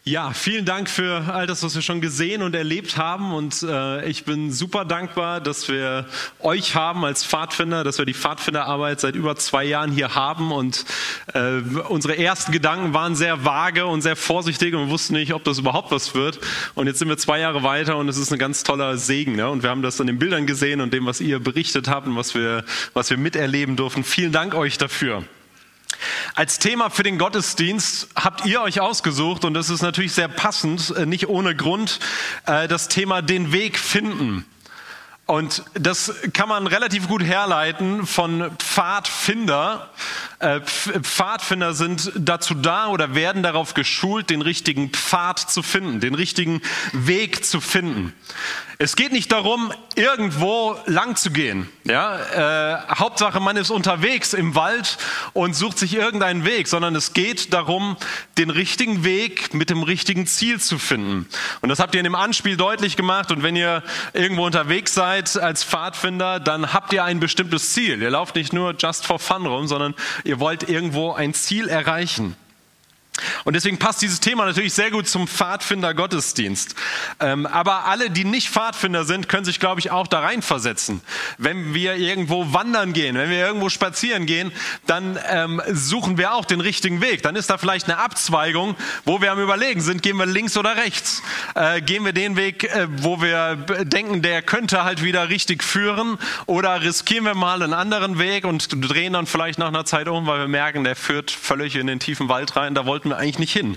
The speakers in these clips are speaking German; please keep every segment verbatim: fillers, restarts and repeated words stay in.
Ja, vielen Dank für all das, was wir schon gesehen und erlebt haben. Und äh, ich bin super dankbar, dass wir euch haben als Pfadfinder, dass wir die Pfadfinderarbeit seit über zwei Jahren hier haben. Und äh, unsere ersten Gedanken waren sehr vage und sehr vorsichtig und wir wussten nicht, ob das überhaupt was wird. Und jetzt sind wir zwei Jahre weiter und es ist ein ganz toller Segen. Ne? Und wir haben das an den Bildern gesehen und dem, was ihr berichtet habt und was wir, was wir miterleben durften. Vielen Dank euch dafür. Als Thema für den Gottesdienst habt ihr euch ausgesucht, und das ist natürlich sehr passend, nicht ohne Grund, das Thema den Weg finden. Und das kann man relativ gut herleiten von Pfadfinder. Pfadfinder sind dazu da oder werden darauf geschult, den richtigen Pfad zu finden, den richtigen Weg zu finden. Es geht nicht darum, irgendwo lang zu gehen. Ja? Äh, Hauptsache, man ist unterwegs im Wald und sucht sich irgendeinen Weg, sondern es geht darum, den richtigen Weg mit dem richtigen Ziel zu finden. Und das habt ihr in dem Anspiel deutlich gemacht. Und wenn ihr irgendwo unterwegs seid als Pfadfinder, dann habt ihr ein bestimmtes Ziel. Ihr lauft nicht nur just for fun rum, sondern ihr wollt irgendwo ein Ziel erreichen. Und deswegen passt dieses Thema natürlich sehr gut zum Pfadfinder-Gottesdienst. Ähm, aber alle, die nicht Pfadfinder sind, können sich, glaube ich, auch da reinversetzen. Wenn wir irgendwo wandern gehen, wenn wir irgendwo spazieren gehen, dann ähm, suchen wir auch den richtigen Weg. Dann ist da vielleicht eine Abzweigung, wo wir am Überlegen sind, gehen wir links oder rechts? Äh, gehen wir den Weg, äh, wo wir denken, der könnte halt wieder richtig führen? Oder riskieren wir mal einen anderen Weg und drehen dann vielleicht nach einer Zeit um, weil wir merken, der führt völlig in den tiefen Wald rein, da wollten wir eigentlich nicht hin.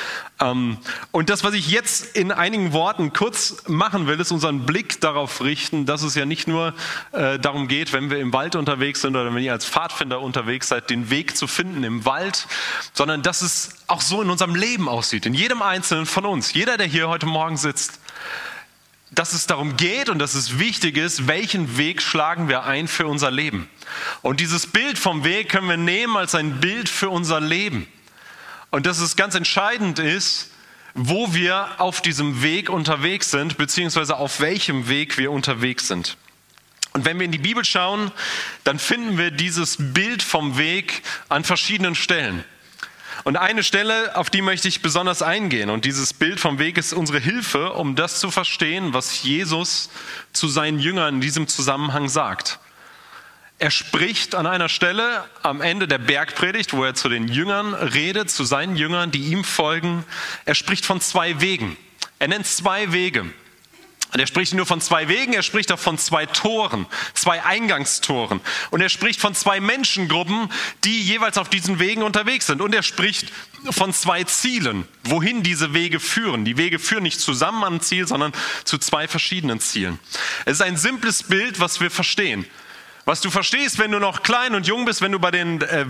Ähm, und das, was ich jetzt in einigen Worten kurz machen will, ist unseren Blick darauf richten, dass es ja nicht nur äh, darum geht, wenn wir im Wald unterwegs sind oder wenn ihr als Pfadfinder unterwegs seid, den Weg zu finden im Wald, sondern dass es auch so in unserem Leben aussieht, in jedem Einzelnen von uns, jeder, der hier heute Morgen sitzt, dass es darum geht und dass es wichtig ist, welchen Weg schlagen wir ein für unser Leben. Und dieses Bild vom Weg können wir nehmen als ein Bild für unser Leben. Und dass es ganz entscheidend ist, wo wir auf diesem Weg unterwegs sind, beziehungsweise auf welchem Weg wir unterwegs sind. Und wenn wir in die Bibel schauen, dann finden wir dieses Bild vom Weg an verschiedenen Stellen. Und eine Stelle, auf die möchte ich besonders eingehen. Und dieses Bild vom Weg ist unsere Hilfe, um das zu verstehen, was Jesus zu seinen Jüngern in diesem Zusammenhang sagt. Er spricht an einer Stelle am Ende der Bergpredigt, wo er zu den Jüngern redet, zu seinen Jüngern, die ihm folgen. Er spricht von zwei Wegen. Er nennt zwei Wege. Und er spricht nicht nur von zwei Wegen, er spricht auch von zwei Toren, zwei Eingangstoren. Und er spricht von zwei Menschengruppen, die jeweils auf diesen Wegen unterwegs sind. Und er spricht von zwei Zielen, wohin diese Wege führen. Die Wege führen nicht zusammen an ein Ziel, sondern zu zwei verschiedenen Zielen. Es ist ein simples Bild, was wir verstehen. Was du verstehst, wenn du noch klein und jung bist, wenn du bei den, äh,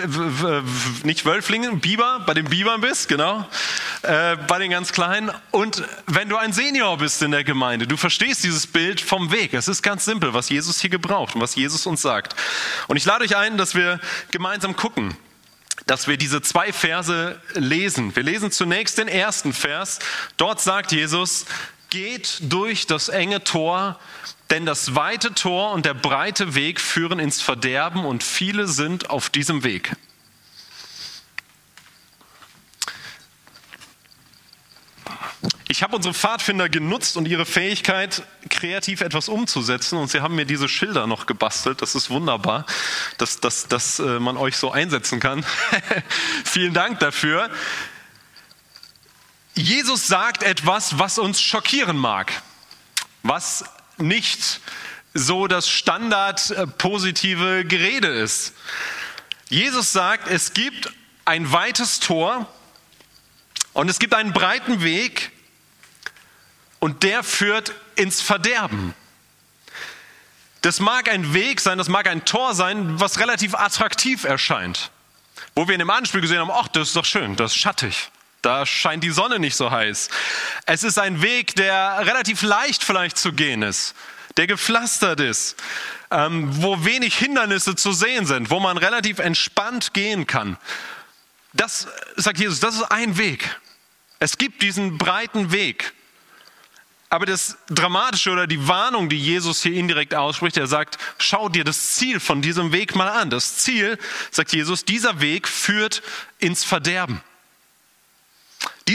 nicht Wölflingen, Biber, bei den Bibern bist, genau, äh, bei den ganz Kleinen. Und wenn du ein Senior bist in der Gemeinde, du verstehst dieses Bild vom Weg. Es ist ganz simpel, was Jesus hier gebraucht und was Jesus uns sagt. Und ich lade euch ein, dass wir gemeinsam gucken, dass wir diese zwei Verse lesen. Wir lesen zunächst den ersten Vers. Dort sagt Jesus, geht durch das enge Tor, denn das weite Tor und der breite Weg führen ins Verderben und viele sind auf diesem Weg. Ich habe unsere Pfadfinder genutzt und ihre Fähigkeit, kreativ etwas umzusetzen. Und sie haben mir diese Schilder noch gebastelt. Das ist wunderbar, dass, dass, dass man euch so einsetzen kann. Vielen Dank dafür. Jesus sagt etwas, was uns schockieren mag. Was nicht so das Standard positive Gerede ist. Jesus sagt, es gibt ein weites Tor und es gibt einen breiten Weg und der führt ins Verderben. Das mag ein Weg sein, das mag ein Tor sein, was relativ attraktiv erscheint. Wo wir in dem Anspiel gesehen haben, ach, das ist doch schön, das ist schattig. Da scheint die Sonne nicht so heiß. Es ist ein Weg, der relativ leicht vielleicht zu gehen ist, der gepflastert ist, ähm, wo wenig Hindernisse zu sehen sind, wo man relativ entspannt gehen kann. Das, sagt Jesus, das ist ein Weg. Es gibt diesen breiten Weg. Aber das Dramatische oder die Warnung, die Jesus hier indirekt ausspricht, er sagt, schau dir das Ziel von diesem Weg mal an. Das Ziel, sagt Jesus, dieser Weg führt ins Verderben. Dieser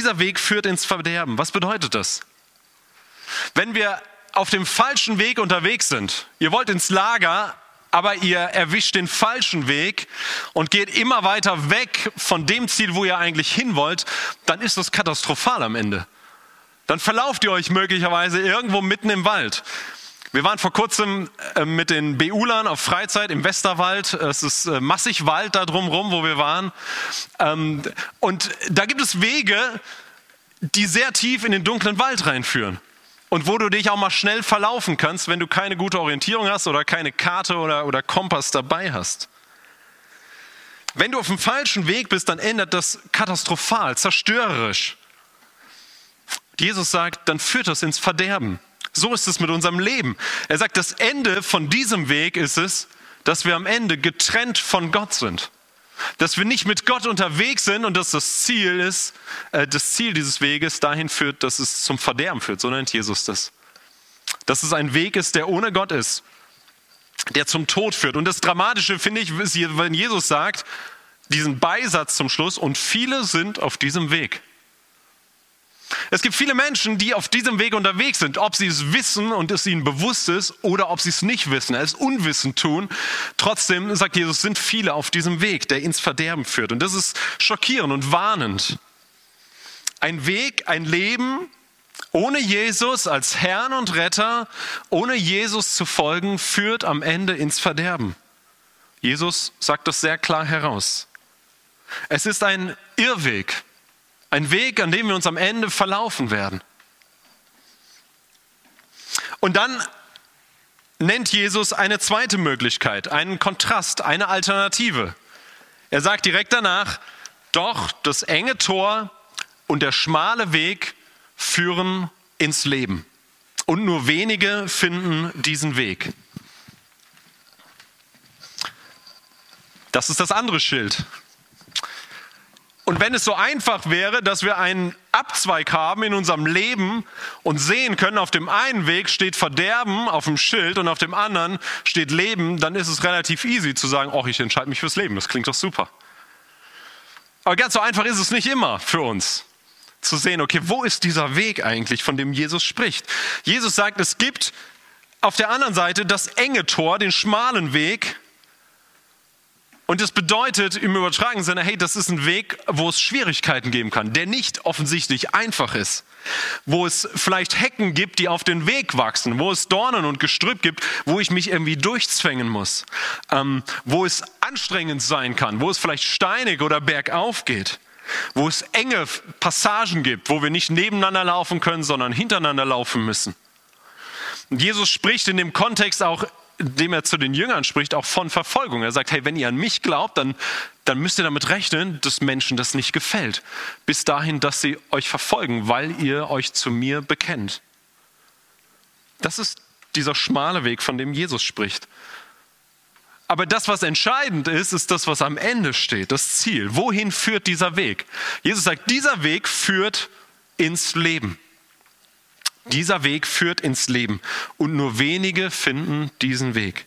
dieser Weg führt ins Verderben. Was bedeutet das? Wenn wir auf dem falschen Weg unterwegs sind, ihr wollt ins Lager, aber ihr erwischt den falschen Weg und geht immer weiter weg von dem Ziel, wo ihr eigentlich hin wollt, dann ist das katastrophal am Ende. Dann verlauft ihr euch möglicherweise irgendwo mitten im Wald. Wir waren vor kurzem mit den Beulern auf Freizeit im Westerwald. Es ist massig Wald da drumherum, wo wir waren. Und da gibt es Wege, die sehr tief in den dunklen Wald reinführen. Und wo du dich auch mal schnell verlaufen kannst, wenn du keine gute Orientierung hast oder keine Karte oder, oder Kompass dabei hast. Wenn du auf dem falschen Weg bist, dann endet das katastrophal, zerstörerisch. Jesus sagt, dann führt das ins Verderben. So ist es mit unserem Leben. Er sagt, das Ende von diesem Weg ist es, dass wir am Ende getrennt von Gott sind. Dass wir nicht mit Gott unterwegs sind und dass das Ziel ist, äh, das Ziel dieses Weges dahin führt, dass es zum Verderben führt. So nennt Jesus das. Dass es ein Weg ist, der ohne Gott ist, der zum Tod führt. Und das Dramatische finde ich, ist, wenn Jesus sagt, diesen Beisatz zum Schluss, und viele sind auf diesem Weg. Es gibt viele Menschen, die auf diesem Weg unterwegs sind, ob sie es wissen und es ihnen bewusst ist oder ob sie es nicht wissen, es unwissend tun. Trotzdem, sagt Jesus, sind viele auf diesem Weg, der ins Verderben führt. Und das ist schockierend und warnend. Ein Weg, ein Leben ohne Jesus als Herrn und Retter, ohne Jesus zu folgen, führt am Ende ins Verderben. Jesus sagt das sehr klar heraus. Es ist ein Irrweg. Ein Weg, an dem wir uns am Ende verlaufen werden. Und dann nennt Jesus eine zweite Möglichkeit, einen Kontrast, eine Alternative. Er sagt direkt danach, doch das enge Tor und der schmale Weg führen ins Leben. Und nur wenige finden diesen Weg. Das ist das andere Schild. Und wenn es so einfach wäre, dass wir einen Abzweig haben in unserem Leben und sehen können, auf dem einen Weg steht Verderben auf dem Schild und auf dem anderen steht Leben, dann ist es relativ easy zu sagen, oh, ich entscheide mich fürs Leben, das klingt doch super. Aber ganz so einfach ist es nicht immer für uns, zu sehen, okay, wo ist dieser Weg eigentlich, von dem Jesus spricht? Jesus sagt, es gibt auf der anderen Seite das enge Tor, den schmalen Weg. Und das bedeutet im übertragenen Sinne, hey, das ist ein Weg, wo es Schwierigkeiten geben kann, der nicht offensichtlich einfach ist. Wo es vielleicht Hecken gibt, die auf den Weg wachsen, wo es Dornen und Gestrüpp gibt, wo ich mich irgendwie durchzwängen muss. Ähm, wo es anstrengend sein kann, wo es vielleicht steinig oder bergauf geht. Wo es enge Passagen gibt, wo wir nicht nebeneinander laufen können, sondern hintereinander laufen müssen. Und Jesus spricht in dem Kontext auch, indem er zu den Jüngern spricht, auch von Verfolgung. Er sagt, hey, wenn ihr an mich glaubt, dann, dann müsst ihr damit rechnen, dass Menschen das nicht gefällt. Bis dahin, dass sie euch verfolgen, weil ihr euch zu mir bekennt. Das ist dieser schmale Weg, von dem Jesus spricht. Aber das, was entscheidend ist, ist das, was am Ende steht, das Ziel. Wohin führt dieser Weg? Jesus sagt, dieser Weg führt ins Leben. Dieser Weg führt ins Leben und nur wenige finden diesen Weg.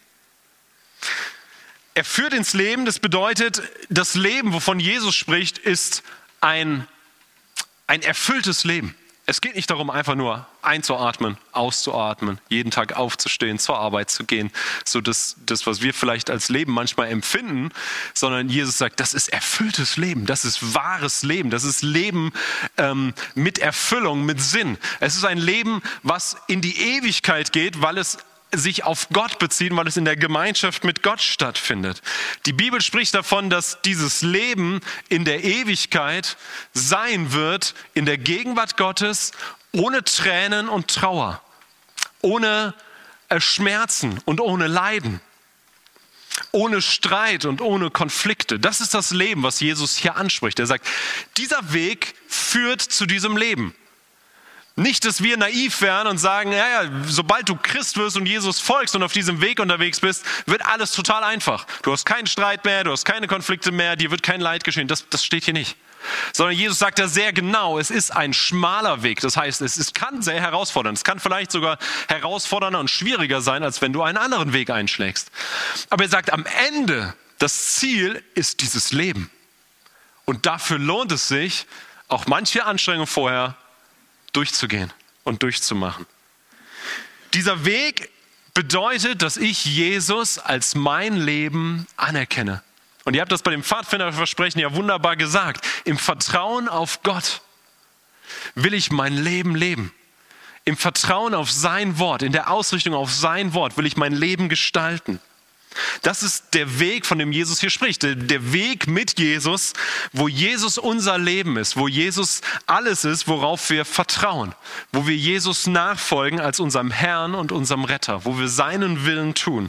Er führt ins Leben, das bedeutet, das Leben, wovon Jesus spricht, ist ein, ein erfülltes Leben. Es geht nicht darum, einfach nur einzuatmen, auszuatmen, jeden Tag aufzustehen, zur Arbeit zu gehen, so das, das, was wir vielleicht als Leben manchmal empfinden, sondern Jesus sagt, das ist erfülltes Leben, das ist wahres Leben, das ist Leben ähm, mit Erfüllung, mit Sinn. Es ist ein Leben, was in die Ewigkeit geht, weil es sich auf Gott beziehen, weil es in der Gemeinschaft mit Gott stattfindet. Die Bibel spricht davon, dass dieses Leben in der Ewigkeit sein wird, in der Gegenwart Gottes, ohne Tränen und Trauer, ohne Schmerzen und ohne Leiden, ohne Streit und ohne Konflikte. Das ist das Leben, was Jesus hier anspricht. Er sagt, dieser Weg führt zu diesem Leben. Nicht, dass wir naiv wären und sagen, ja, ja, sobald du Christ wirst und Jesus folgst und auf diesem Weg unterwegs bist, wird alles total einfach. Du hast keinen Streit mehr, du hast keine Konflikte mehr, dir wird kein Leid geschehen. Das, das steht hier nicht. Sondern Jesus sagt ja sehr genau, es ist ein schmaler Weg. Das heißt, es ist, kann sehr herausfordernd. Es kann vielleicht sogar herausfordernder und schwieriger sein, als wenn du einen anderen Weg einschlägst. Aber er sagt, am Ende, das Ziel ist dieses Leben. Und dafür lohnt es sich, auch manche Anstrengung vorher durchzugehen und durchzumachen. Dieser Weg bedeutet, dass ich Jesus als mein Leben anerkenne. Und ihr habt das bei dem Pfadfinderversprechen ja wunderbar gesagt. Im Vertrauen auf Gott will ich mein Leben leben. Im Vertrauen auf sein Wort, in der Ausrichtung auf sein Wort will ich mein Leben gestalten. Das ist der Weg, von dem Jesus hier spricht. Der, der Weg mit Jesus, wo Jesus unser Leben ist, wo Jesus alles ist, worauf wir vertrauen, wo wir Jesus nachfolgen als unserem Herrn und unserem Retter, wo wir seinen Willen tun.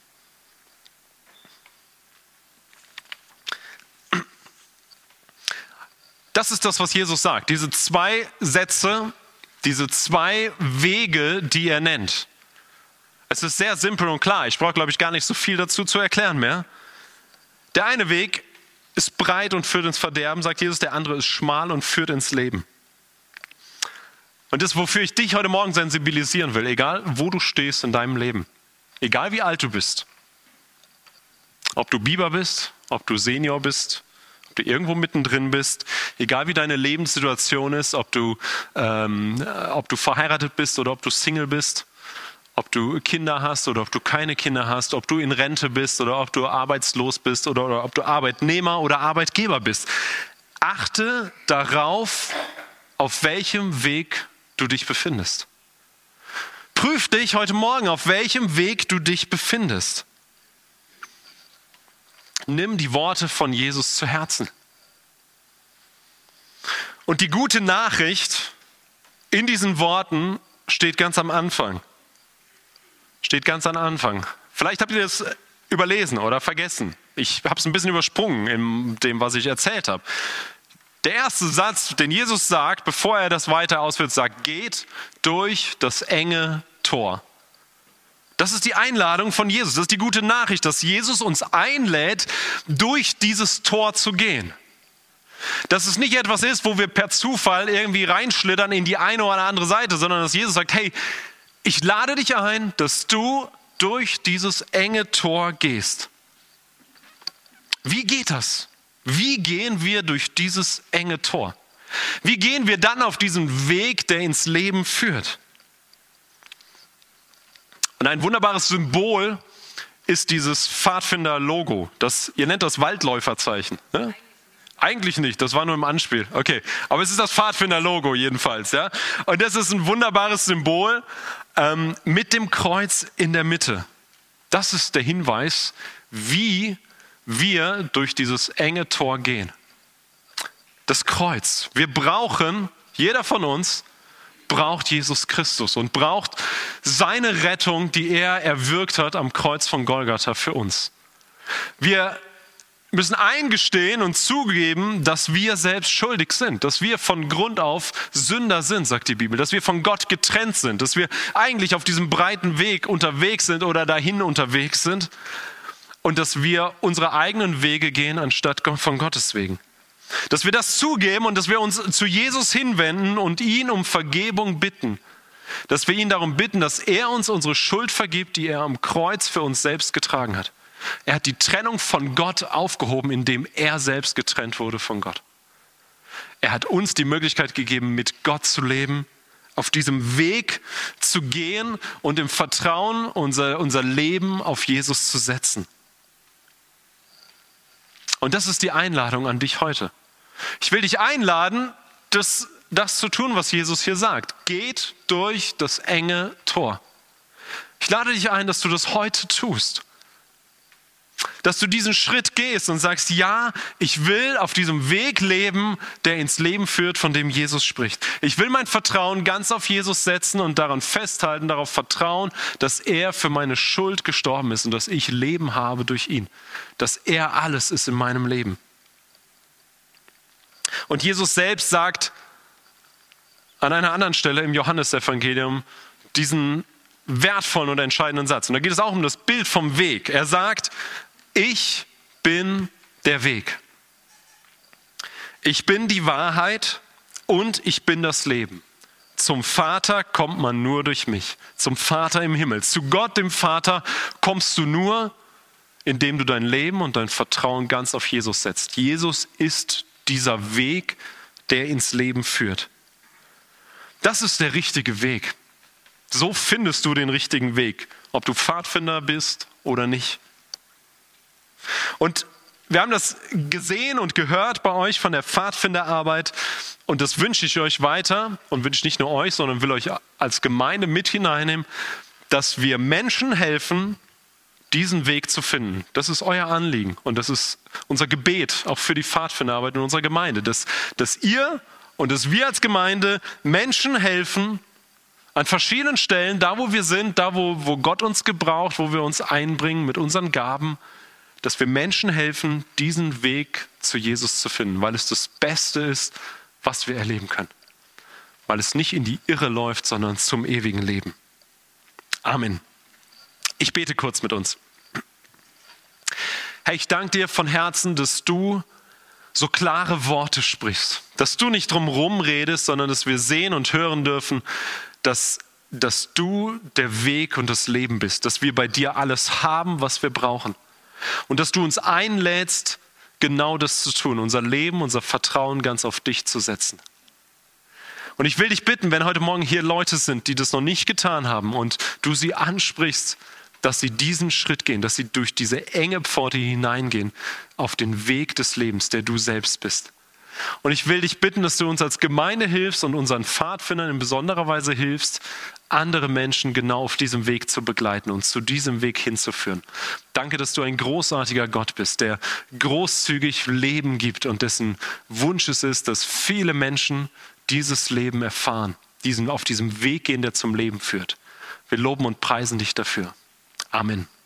Das ist das, was Jesus sagt. Diese zwei Sätze, diese zwei Wege, die er nennt. Es ist sehr simpel und klar. Ich brauche, glaube ich, gar nicht so viel dazu zu erklären mehr. Der eine Weg ist breit und führt ins Verderben, sagt Jesus. Der andere ist schmal und führt ins Leben. Und das, wofür ich dich heute Morgen sensibilisieren will, egal wo du stehst in deinem Leben, egal wie alt du bist, ob du Biber bist, ob du Senior bist, ob du irgendwo mittendrin bist, egal wie deine Lebenssituation ist, ob du, ähm, ob du verheiratet bist oder ob du Single bist, ob du Kinder hast oder ob du keine Kinder hast, ob du in Rente bist oder ob du arbeitslos bist oder, oder ob du Arbeitnehmer oder Arbeitgeber bist. Achte darauf, auf welchem Weg du dich befindest. Prüf dich heute Morgen, auf welchem Weg du dich befindest. Nimm die Worte von Jesus zu Herzen. Und die gute Nachricht in diesen Worten steht ganz am Anfang. Steht ganz am Anfang. Vielleicht habt ihr das überlesen oder vergessen. Ich habe es ein bisschen übersprungen in dem, was ich erzählt habe. Der erste Satz, den Jesus sagt, bevor er das weiter ausführt, sagt, geht durch das enge Tor. Das ist die Einladung von Jesus. Das ist die gute Nachricht, dass Jesus uns einlädt, durch dieses Tor zu gehen. Dass es nicht etwas ist, wo wir per Zufall irgendwie reinschlittern in die eine oder andere Seite, sondern dass Jesus sagt, hey, ich lade dich ein, dass du durch dieses enge Tor gehst. Wie geht das? Wie gehen wir durch dieses enge Tor? Wie gehen wir dann auf diesen Weg, der ins Leben führt? Und ein wunderbares Symbol ist dieses Pfadfinder-Logo. Das, ihr nennt das Waldläuferzeichen. Ne? Eigentlich nicht, das war nur im Anspiel. Okay, aber es ist das Pfadfinder-Logo jedenfalls. Ja? Und das ist ein wunderbares Symbol ähm, mit dem Kreuz in der Mitte. Das ist der Hinweis, wie wir durch dieses enge Tor gehen. Das Kreuz. Wir brauchen, jeder von uns braucht Jesus Christus und braucht seine Rettung, die er erwirkt hat am Kreuz von Golgatha für uns. Wir müssen eingestehen und zugeben, dass wir selbst schuldig sind, dass wir von Grund auf Sünder sind, sagt die Bibel, dass wir von Gott getrennt sind, dass wir eigentlich auf diesem breiten Weg unterwegs sind oder dahin unterwegs sind und dass wir unsere eigenen Wege gehen, anstatt von Gottes Wegen. Dass wir das zugeben und dass wir uns zu Jesus hinwenden und ihn um Vergebung bitten. Dass wir ihn darum bitten, dass er uns unsere Schuld vergibt, die er am Kreuz für uns selbst getragen hat. Er hat die Trennung von Gott aufgehoben, indem er selbst getrennt wurde von Gott. Er hat uns die Möglichkeit gegeben, mit Gott zu leben, auf diesem Weg zu gehen und im Vertrauen unser, unser Leben auf Jesus zu setzen. Und das ist die Einladung an dich heute. Ich will dich einladen, das, das zu tun, was Jesus hier sagt. Geht durch das enge Tor. Ich lade dich ein, dass du das heute tust. Dass du diesen Schritt gehst und sagst, ja, ich will auf diesem Weg leben, der ins Leben führt, von dem Jesus spricht. Ich will mein Vertrauen ganz auf Jesus setzen und daran festhalten, darauf vertrauen, dass er für meine Schuld gestorben ist und dass ich Leben habe durch ihn. Dass er alles ist in meinem Leben. Und Jesus selbst sagt an einer anderen Stelle im Johannesevangelium diesen wertvollen und entscheidenden Satz. Und da geht es auch um das Bild vom Weg. Er sagt, ich bin der Weg. Ich bin die Wahrheit und ich bin das Leben. Zum Vater kommt man nur durch mich. Zum Vater im Himmel. Zu Gott, dem Vater, kommst du nur, indem du dein Leben und dein Vertrauen ganz auf Jesus setzt. Jesus ist dieser Weg, der ins Leben führt. Das ist der richtige Weg. So findest du den richtigen Weg, ob du Pfadfinder bist oder nicht. Und wir haben das gesehen und gehört bei euch von der Pfadfinderarbeit und das wünsche ich euch weiter und wünsche nicht nur euch, sondern will euch als Gemeinde mit hineinnehmen, dass wir Menschen helfen, diesen Weg zu finden. Das ist euer Anliegen und das ist unser Gebet auch für die Pfadfinderarbeit in unserer Gemeinde, dass, dass ihr und dass wir als Gemeinde Menschen helfen, an verschiedenen Stellen, da wo wir sind, da wo, wo Gott uns gebraucht, wo wir uns einbringen mit unseren Gaben, dass wir Menschen helfen, diesen Weg zu Jesus zu finden, weil es das Beste ist, was wir erleben können. Weil es nicht in die Irre läuft, sondern zum ewigen Leben. Amen. Ich bete kurz mit uns. Herr, ich danke dir von Herzen, dass du so klare Worte sprichst, dass du nicht drumherum redest, sondern dass wir sehen und hören dürfen, dass, dass du der Weg und das Leben bist, dass wir bei dir alles haben, was wir brauchen. Und dass du uns einlädst, genau das zu tun, unser Leben, unser Vertrauen ganz auf dich zu setzen. Und ich will dich bitten, wenn heute Morgen hier Leute sind, die das noch nicht getan haben und du sie ansprichst, dass sie diesen Schritt gehen, dass sie durch diese enge Pforte hineingehen auf den Weg des Lebens, der du selbst bist. Und ich will dich bitten, dass du uns als Gemeinde hilfst und unseren Pfadfindern in besonderer Weise hilfst, andere Menschen genau auf diesem Weg zu begleiten und zu diesem Weg hinzuführen. Danke, dass du ein großartiger Gott bist, der großzügig Leben gibt und dessen Wunsch es ist, dass viele Menschen dieses Leben erfahren, diesen, auf diesem Weg gehen, der zum Leben führt. Wir loben und preisen dich dafür. Amen.